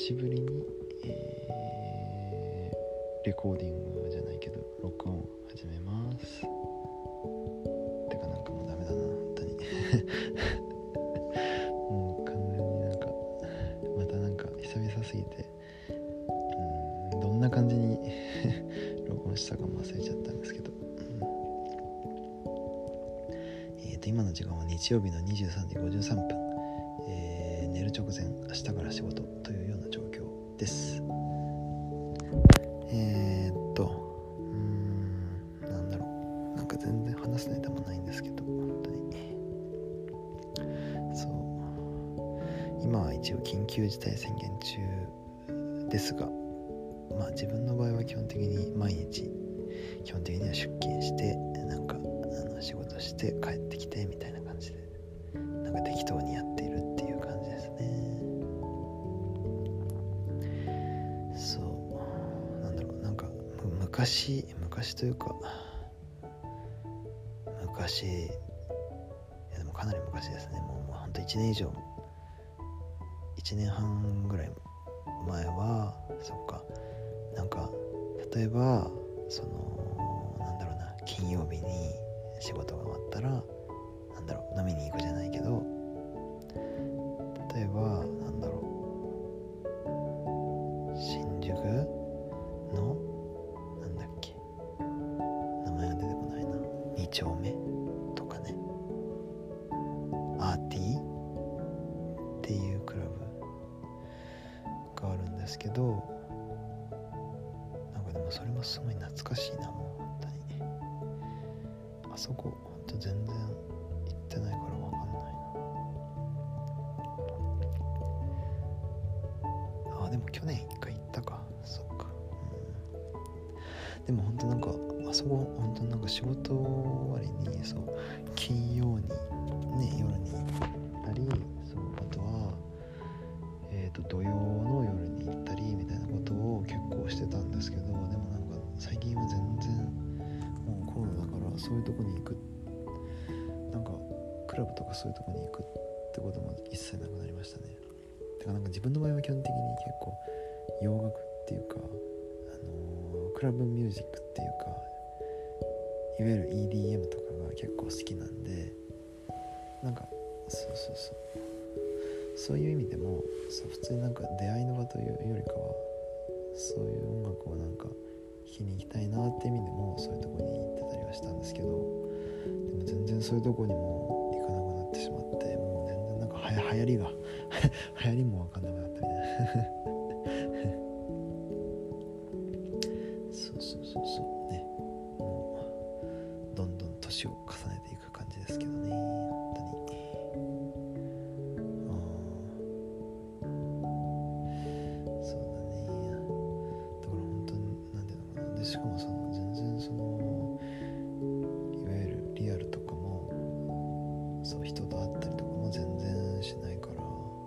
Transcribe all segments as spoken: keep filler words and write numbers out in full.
しぶりに、えー、レコーディングじゃないけど録音始めます。てかなんかもうダメだな本当にもう完全になんかまたなんか久々すぎてうーんどんな感じに録音したかも忘れちゃったんですけど、うんえー、と今の時間は日曜日のにじゅうさんじごじゅうさんぷん、えー、寝る直前明日から仕事というような状況です。えー、っとうーんなんだろうなんか全然話すネタもないんですけど本当にそう今は一応緊急事態宣言中ですが、まあ自分の場合は基本的に毎日基本的には出勤してなんかあの仕事して帰ってきてみたいな感じでなんか適当にやっているっていう感じですね。そうなんだろうなんか昔昔というか昔いやでもかなり昔ですね。もうほんといちねん以上いちねんはんぐらい前はそっかなんか例えばそのなんだろうな金曜日に仕事が終わったらなんだろう飲みに行くじゃないけど例えばなんだろう新宿のなんだっけ名前が出てこないなに丁目とかねアーティーっていうクラブがあるんですけどなんかでもそれもすごい懐かしいなもう本当にあそこほんと全然行ってないから分かんないなあでも去年一回行ったかそっか、うん、でもほんとなんかあそこほんとなんか仕事終わりにそう金曜にね夜に行ったりそうあとはえーと土曜の夜に行ったりみたいなことを結構してたんですけどでもなんか最近は全然もうコロナだからそういうとこに行くなんかクラブとかそういうとこに行くってことも一切なくなりましたね。てかなんか自分の場合は基本的に結構洋楽っていうか、あのー、クラブミュージックっていうかいわゆる イーディーエム とかが結構好きなんでなんかそうそうそうそういう意味でもそう普通になんか出会いの場というよりかはそういう音楽をなんか聴きに行きたいなって意味でもそういうとこに行ってたりはしたんですけどでも全然そういうとこにも行かなくなってしまってもう全然なんかはや流行りが流行りも分かんなくなったみたいなそうそうそうそうねもうどんどん年を重ねていく感じですけどね本当にしかもその全然そのいわゆるリアルとかもそう人と会ったりとかも全然しないから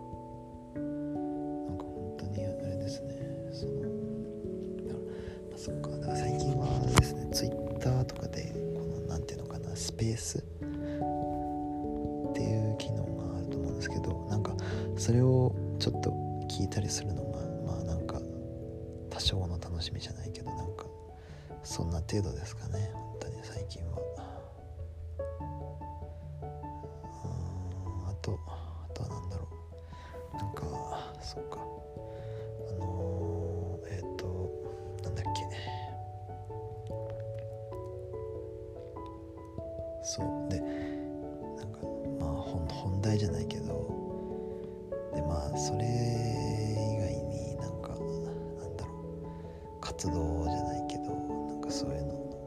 なんか本当にあれですねそのだから、まあ、そっかだから最近はですねツイッターとかでこのなんていうのかなスペースっていう機能があると思うんですけどなんかそれをちょっと聞いたりするのがまあなんか多少の楽しみじゃないけどなんかそんな程度ですかね本当に最近は。うーんあとあとはなんだろうなんかそっかあのー、えっ、ー、となんだっけそうでなんかまあ 本, 本題じゃないけどでまあそれ以外になんかなんだろう活動じゃないけどなんかそういうの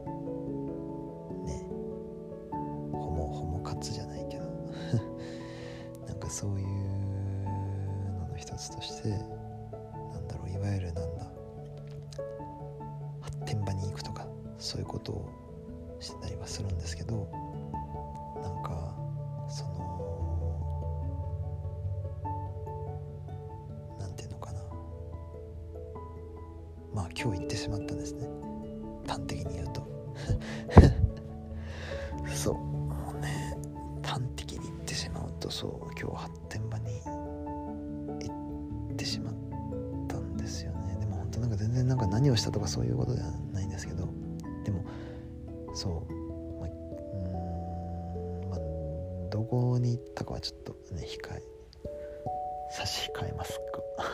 ねホモホモ活じゃないけどなんかそういうのの一つとしてなんだろういわゆるなんだ発展場に行くとかそういうことをしてたりはするんですけどなんかそのなんていうのかなまあ今日言ってしまったんですね端的に言うとそうもうね端的に言ってしまうとそう今日発展場に行ってしまったとなんか全然なんか何をしたとかそういうことではないんですけど、でもそう、まあ、うーん、まあ、どこに行ったかはちょっとね控え差し控えますか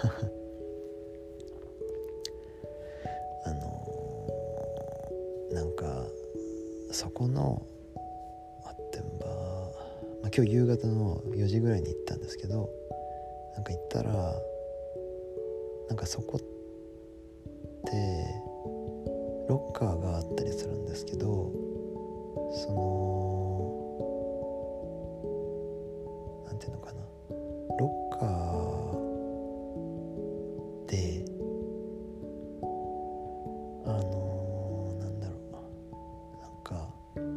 あのー、なんかそこのあってんば、まあ、今日夕方のよじぐらいに行ったんですけど、なんか行ったらなんかそこってロッカーがあったりするんですけど、そのなんていうのかな、ロッカーであのー、なんだろう、なんか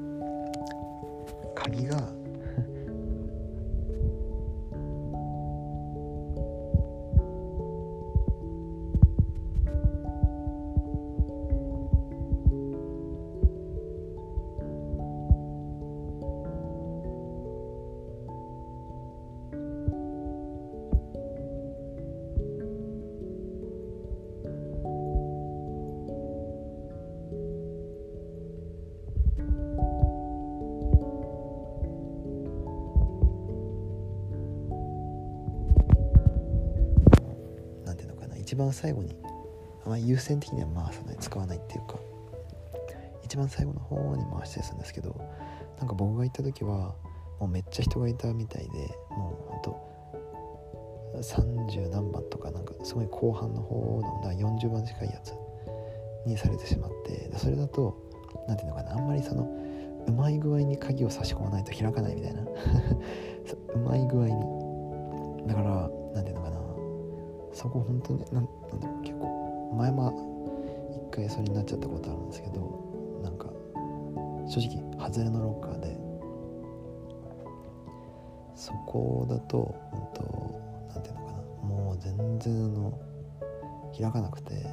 鍵が一番最後に、まあ、優先的には回さない、使わないっていうか一番最後の方に回したりするんですけど、なんか僕が行った時はもうめっちゃ人がいたみたいで、もうほんとさんじゅう何番とかなんかすごい後半の方のだよんじゅうばん近いやつにされてしまって、それだとなんていうのかな、あんまりそのうまい具合に鍵を差し込まないと開かないみたいなうまい具合に、だからなんていうのかな、そこ本当にな ん, なんだろう結構前も一回それになっちゃったことあるんですけど、なんか正直外れのロッカーで、そこだと本当なんていうのかな、もう全然あの開かなくて、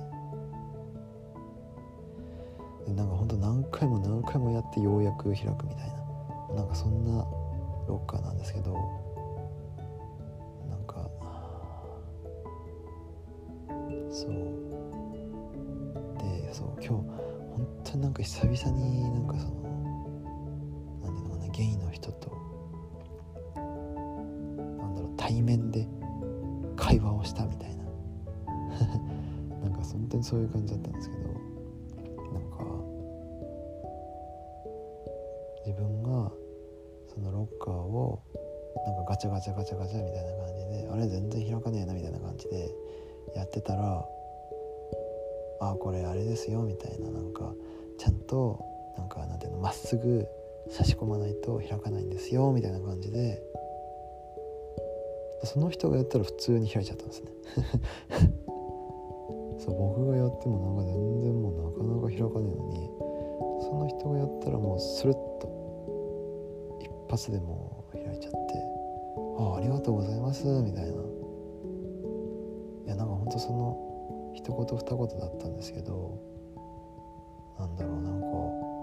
でなんか本当何回も何回もやってようやく開くみたいな、なんかそんなロッカーなんですけど、なんかそうで、そう今日本当になんか久々になんかそのなんていうのかな、ゲイの人となんだろう対面で会話をしたみたいななんか本当にそういう感じだったんですけど、なんか自分がそのロッカーをなんかガチャガチャガチャガチャみたいな感じで、あれ全然開かねえなみたいな感じでやってたら、あこれあれですよみたいな、なんかちゃんとなんかなんていうの、まっすぐ差し込まないと開かないんですよみたいな感じで、その人がやったら普通に開いちゃったんですねそう僕がやってもなんか全然もうなかなか開かねえのに、その人がやったらもうスルッと一発でもう開いちゃって、あありがとうございますみたいな、いやなんかほんとその一言二言だったんですけど、なんだろう、なんか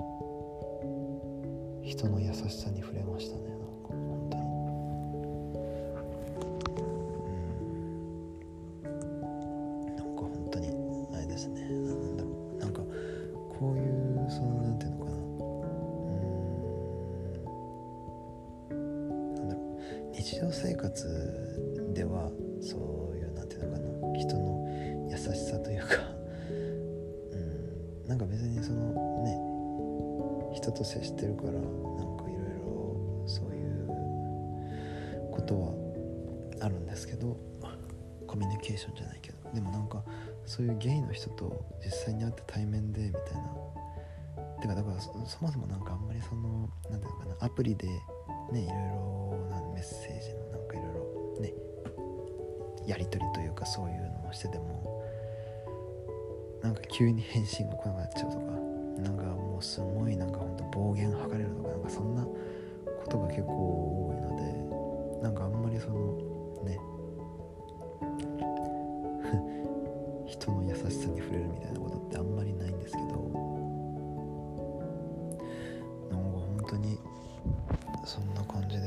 人の優しさに触れましたね、なんか本当に。うんなんか本当にあれですね、なんだろう、なんかこういうそのなんていうのかな、うーんなんだろう、日常生活ではそういうなんていうのかな、人の優しさというかうんなんか別にそのね人と接してるから、なんかいろいろそういうことはあるんですけど、コミュニケーションじゃないけど、でもなんかそういうゲイの人と実際に会って対面でみたいな、てかだからそ, そもそもなんかあんまりそのなんていうのかな、アプリでねいろいろなメッセージのなんかいろいろねやり取りというかそういうのをしてても、なんか急に返信が来なくなっちゃうとか、なんかもうすごいなんかほんと暴言吐かれるとか、なんかそんなことが結構多いので、なんかあんまりそのね人の優しさに触れるみたいなことってあんまりないんですけど、なんか本当にそんな感じで、うん、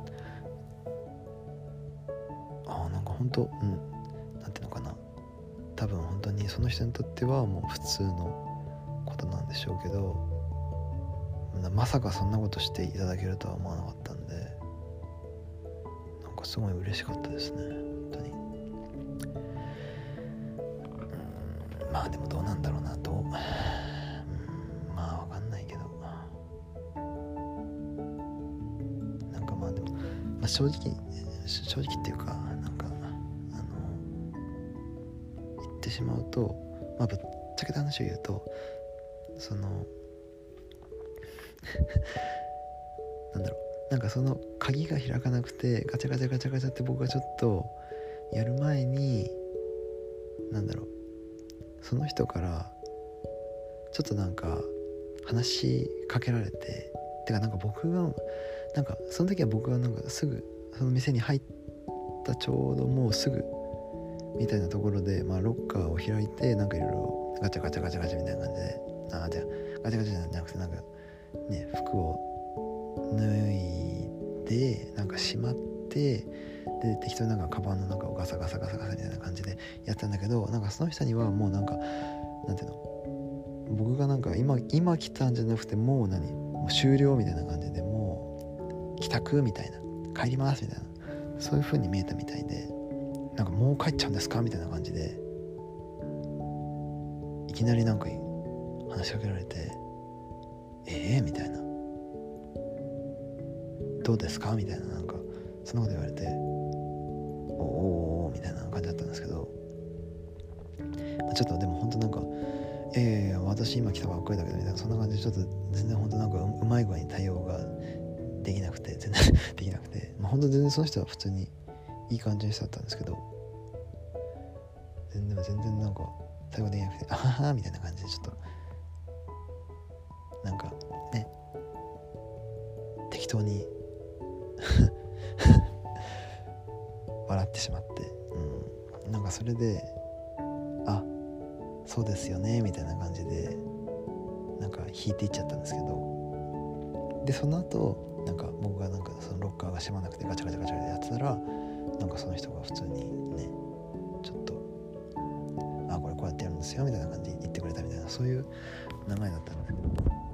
ああなんか本当うんなんていうのかな、 多分本当にその人にとってはもう普通のことなんでしょうけど、まさかそんなことしていただけるとは思わなかったんで、なんかすごい嬉しかったですね、本当に。うん、まあでもどうなんだろうなと、うん、まあわかんないけど、なんかまあでも、まあ、正直正直っていうか、なんかあの言ってしまうと、まあぶっちゃけた話を言うと、そのなんだろう、なんかその鍵が開かなくてガチャガチャガチャガチャって僕がちょっとやる前に、なんだろう、その人からちょっとなんか話しかけられて、てかなんか僕がなんかその時は僕がなんかすぐその店に入ったちょうどもうすぐみたいなところで、まあロッカーを開いてなんかいろいろガチャガチャガチャガチャみたいな感じで、ああじゃあガチャガチャじゃなくてなんかね、服を脱いでなんかしまって、で適当になんかカバンの中をガサガサガサガサみたいな感じでやったんだけど、なんかその人にはもうなんかなんていうの、僕がなんか今今来たんじゃなくてもう何もう終了みたいな感じで、もう帰宅みたいな、帰りますみたいな、そういう風に見えたみたいで、なんかもう帰っちゃうんですかみたいな感じでいきなりなんか話しかけられて、ええー、みたいな、どうですかみたいな、なんかそんなこと言われて、おーおーみたいな感じだったんですけど、まあ、ちょっとでも本当なんか、いやいやいや私今来たばっかりだけどみたいな、そんな感じでちょっと全然本当なんか う, うまい具合に対応ができなくて全然できなくて、まあ、本当全然その人は普通にいい感じの人だったんですけど、全然全然なんか対応できなくて、あははみたいな感じでちょっとなんかね適当に笑ってしまって、うん、なんかそれで、あ、そうですよねみたいな感じでなんか引いていっちゃったんですけど、でその後なんか僕がなんかそのロッカーが閉まなくてガチャガチャガチャでやってたら、なんかその人が普通にねちょっと、あ、これこうやってやるんですよみたいな感じに言ってくれたみたいな、そういう名前だったんですけど、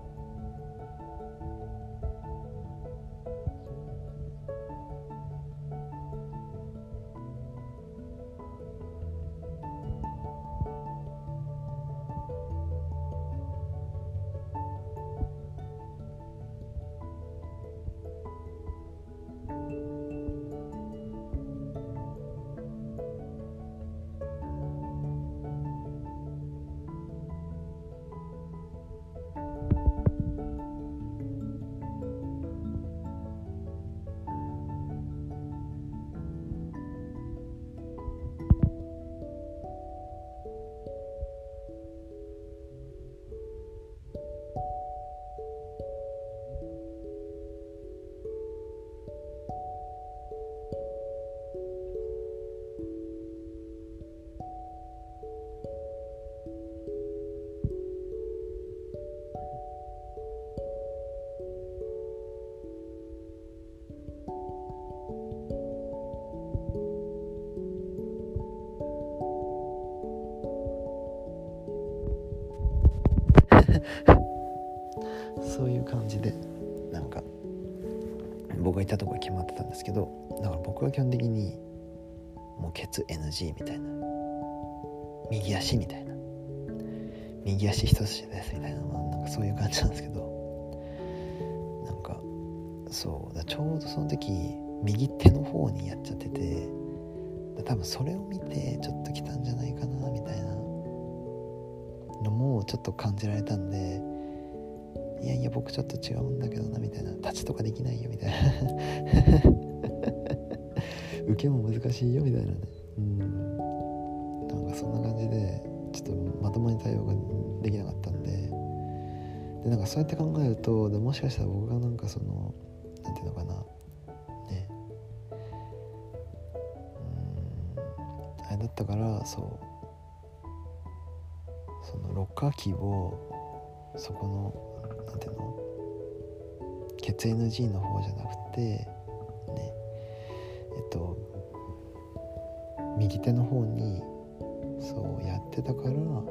そういう感じでなんか僕がいたとこが決まってたんですけど、だから僕は基本的にもうケツ エヌジー みたいな、右足みたいな、右足一筋ですみたいな、なんかそういう感じなんですけど、なんかそうだ、ちょうどその時右手の方にやっちゃってて、多分それを見てちょっと来たんじゃないかなみたいなのもちょっと感じられたんで、いやいや僕ちょっと違うんだけどなみたいな、立ちとかできないよみたいな受けも難しいよみたいなね、うん、なんかそんな感じでちょっとまともに対応ができなかったんで、でなんかそうやって考えると、でもしかしたら僕がなんかそのなんていうのかなね、うん、あれだったから、そうそのロッカーキーをそこのなんていうの、ケツ エヌジー の方じゃなくてね、えっと右手の方にそうやっってたから、なん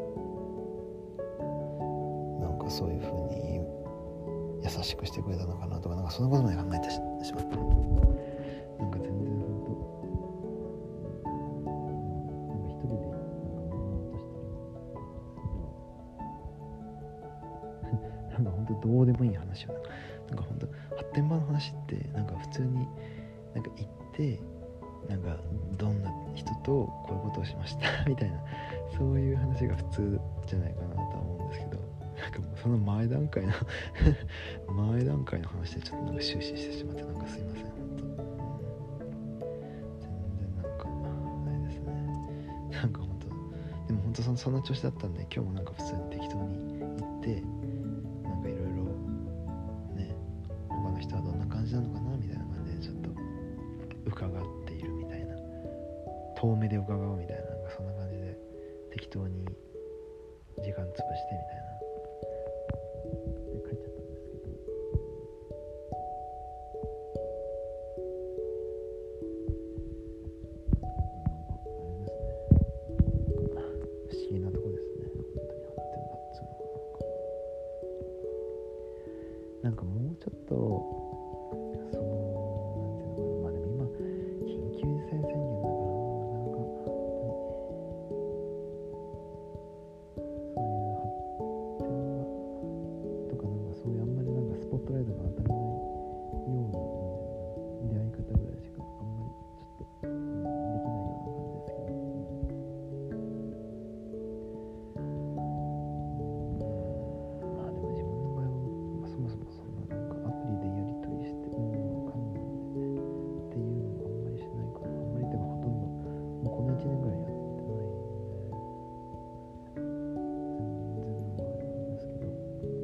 かそういう風に優しくしてくれたのかなとか、なんかそんなことまで考えて し, しまった。なんか全然本当なんか一人でなんか悶々としてるなんか本当どうでもいい話よな。なんか本当発展場の話ってなんか普通になんか行ってなんかどんな人とこういうことをしましたみたいな、そういう話が普通じゃないかなとは思うんですけど、なんかもうその前段階の前段階の話でちょっとなんか終始してしまって、なんかすいません本当、うん、全然なんかあれですね。なんか本当でも本当そのそんな調子だったんで、今日もなんか普通に適当に行ってなんかいろいろね、他の人はどんな感じなのかなみたいな感じでちょっと伺っているみたいな、遠目で伺うみたいな、なんかそんな感じで適当に時間潰してみたいなで帰っちゃったんですけど、なんかあれですね、不思議なとこですね、本当に発展場っつうのは。なんかもうちょっとそのなんていうのかな、まあでも今緊急事態宣言だからなかなかそういうあんまりなんかスポットライトが当たらないような出会い方ぐらいしかあんまりちょっと、うん、できないような感じですけど、うん、まあでも自分の場合は、まあ、そもそもそんななんかアプリでやり取りしてうんわかんないっていうのもあんまりしないから、あんまりでもほとんどもうこのいちねんぐらいやってないんで全然のあれなんですけど、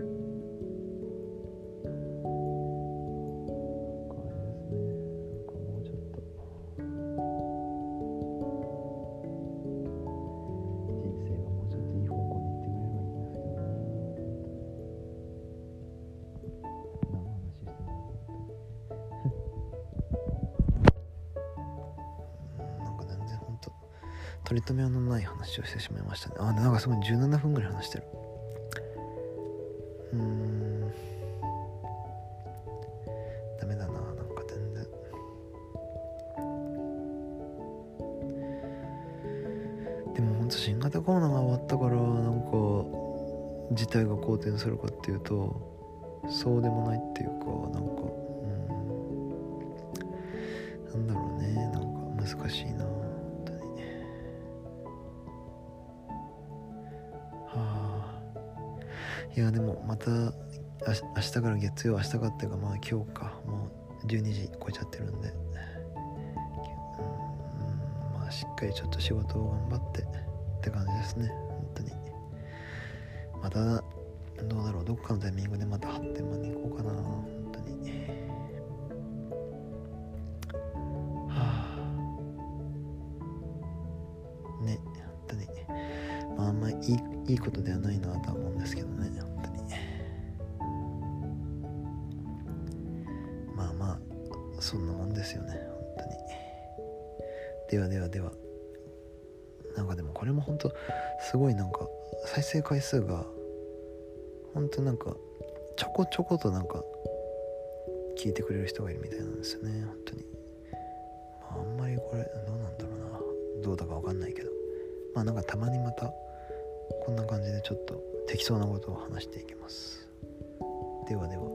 取り留めのない話をしてしまいましたね。あ、なんかすごいじゅうななふんぐらい話してる。うーんダメだな、なんか全然でもほんと新型コロナが終わったからなんか事態が好転するかっていうとそうでもないっていうか、なんかうんなんだろうね、なんか難しいな本当に。はあ、いやでもまた明日から月曜、明日からっていうかまあ今日か、もうじゅうにじ超えちゃってるんで、うんまあしっかりちょっと仕事を頑張ってって感じですね本当に。またどうだろう、どっかのタイミングでまた発展場に行こうかな本当に。はあね本当に、まああんまりいいいいことではないなとは思うんですけどね本当に。まあまあそんなもんですよね本当に。ではではでは、なんかでもこれも本当すごいなんか再生回数が本当なんかちょこちょことなんか聞いてくれる人がいるみたいなんですよね本当に。まああんまりこれどうなんだろうな、どうだかわかんないけど、まあなんかたまにまたこんな感じでちょっと適当なことを話していきます。ではでは。